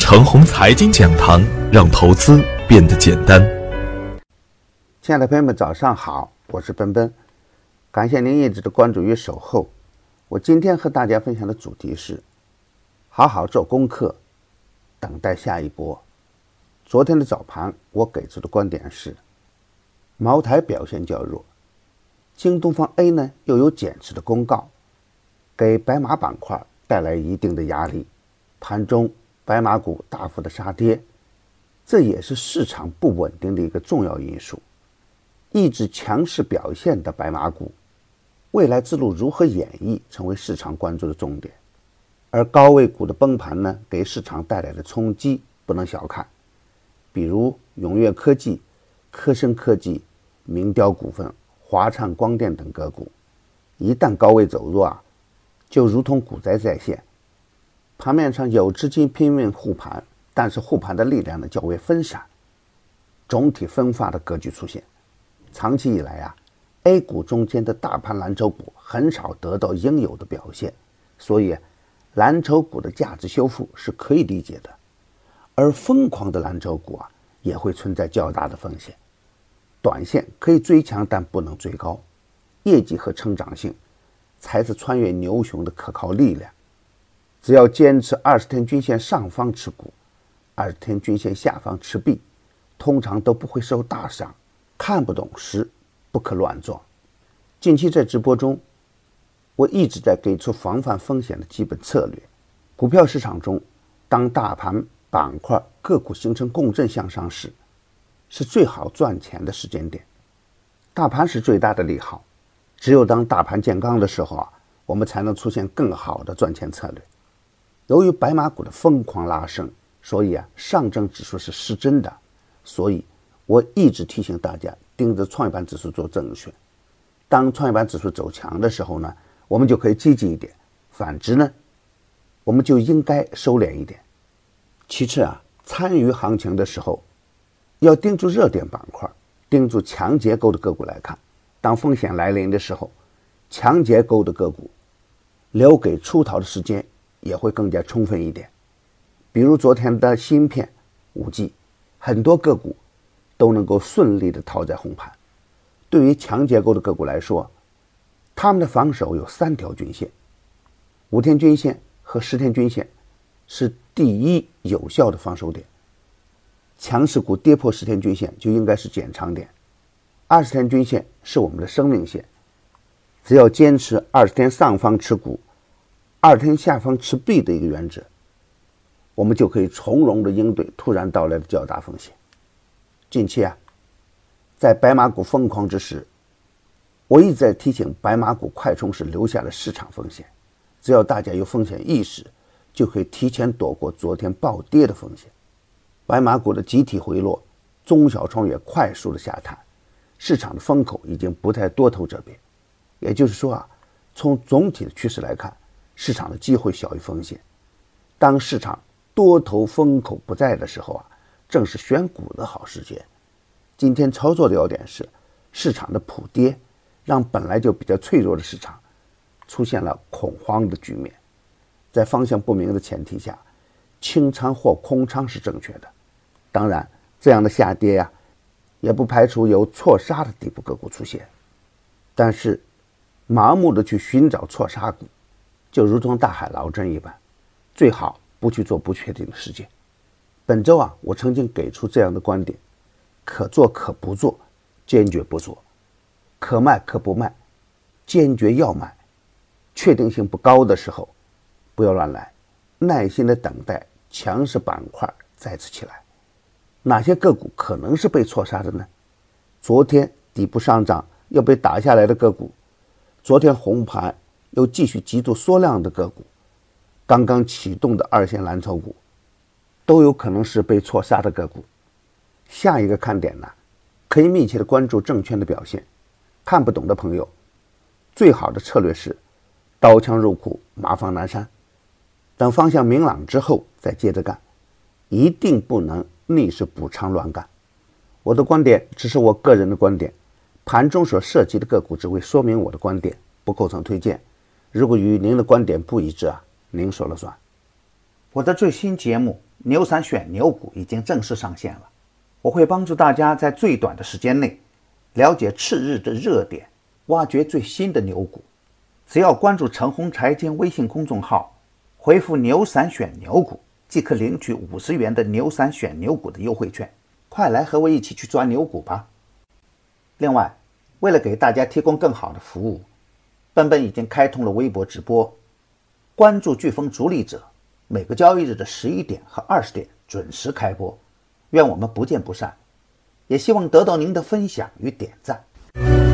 程红财经讲堂，让投资变得简单。 亲爱的朋友们，早上好，我是奔奔，感谢您一直的关注与守候。我今天和大家分享的主题是好好做功课，等待下一波。昨天的早盘我给出的观点是茅台表现较弱，京东方 A 呢又有减持的公告，给白马板块带来一定的压力，盘中白马股大幅的杀跌，这也是市场不稳定的一个重要因素。一直强势表现的白马股，未来之路如何演绎成为市场关注的重点。而高位股的崩盘呢，给市场带来的冲击不能小看，比如永跃科技、科生科技、明雕股份、华灿光电等个股，一旦高位走弱就如同股灾再现。盘面上有资金拼命护盘，但是护盘的力量呢较为分散，总体分化的格局出现。长期以来A 股中间的大盘蓝筹股很少得到应有的表现，所以蓝筹股的价值修复是可以理解的。而疯狂的蓝筹股也会存在较大的风险。短线可以追强，但不能追高，业绩和成长性才是穿越牛熊的可靠力量。只要坚持20天均线上方持股，20天均线下方持币，通常都不会受大伤。看不懂时不可乱撞。近期在直播中，我一直在给出防范风险的基本策略。股票市场中，当大盘、板块、个股形成共振向上时，是最好赚钱的时间点。大盘是最大的利好，只有当大盘见刚的时候我们才能出现更好的赚钱策略。由于白马股的疯狂拉升，所以上证指数是失真的，所以我一直提醒大家盯着创业板指数做正选。当创业板指数走强的时候呢，我们就可以积极一点，反之呢，我们就应该收敛一点。其次参与行情的时候要盯住热点板块，盯住强结构的个股来看。当风险来临的时候，强结构的个股留给出逃的时间也会更加充分一点。比如昨天的芯片、5G， 很多个股都能够顺利的逃在红盘。对于强结构的个股来说，他们的防守有3条均线，5天均线和10天均线是第一有效的防守点。强势股跌破10天均线就应该是减仓点，20天均线是我们的生命线。只要坚持20天上方持股，2天下方持币的一个原则，我们就可以从容的应对突然到来的较大风险。近期在白马股疯狂之时，我一直在提醒白马股快冲时留下了市场风险。只要大家有风险意识，就可以提前躲过昨天暴跌的风险。白马股的集体回落，中小创业快速的下探，市场的风口已经不在多头这边。也就是说从总体的趋势来看，市场的机会小于风险。当市场多头风口不在的时候正是选股的好时间。今天操作的要点是，市场的普跌让本来就比较脆弱的市场出现了恐慌的局面。在方向不明的前提下，清仓或空仓是正确的。当然，这样的下跌也不排除有错杀的底部个股出现。但是盲目的去寻找错杀股，就如同大海捞针一般，最好不去做不确定的事件。本周我曾经给出这样的观点：可做可不做，坚决不做；可卖可不卖，坚决要买。确定性不高的时候不要乱来，耐心的等待强势板块再次起来。哪些个股可能是被错杀的呢？昨天底部上涨又被打下来的个股，昨天红盘又继续极度缩量的个股，刚刚启动的2线蓝筹股，都有可能是被错杀的个股。下一个看点可以密切的关注证券的表现。看不懂的朋友，最好的策略是刀枪入库，马放南山，等方向明朗之后再接着干，一定不能逆势补仓乱干。我的观点只是我个人的观点，盘中所涉及的个股只为说明我的观点，不构成推荐。如果与您的观点不一致您说了算。我的最新节目牛散选牛股已经正式上线了。我会帮助大家在最短的时间内了解次日的热点，挖掘最新的牛股。只要关注陈红财经微信公众号，回复牛散选牛股，即可领取50元的牛散选牛股的优惠券。快来和我一起去抓牛股吧！另外，为了给大家提供更好的服务，奔奔已经开通了微博直播，关注飓风逐利者，每个交易日的11点和20点准时开播，愿我们不见不散，也希望得到您的分享与点赞。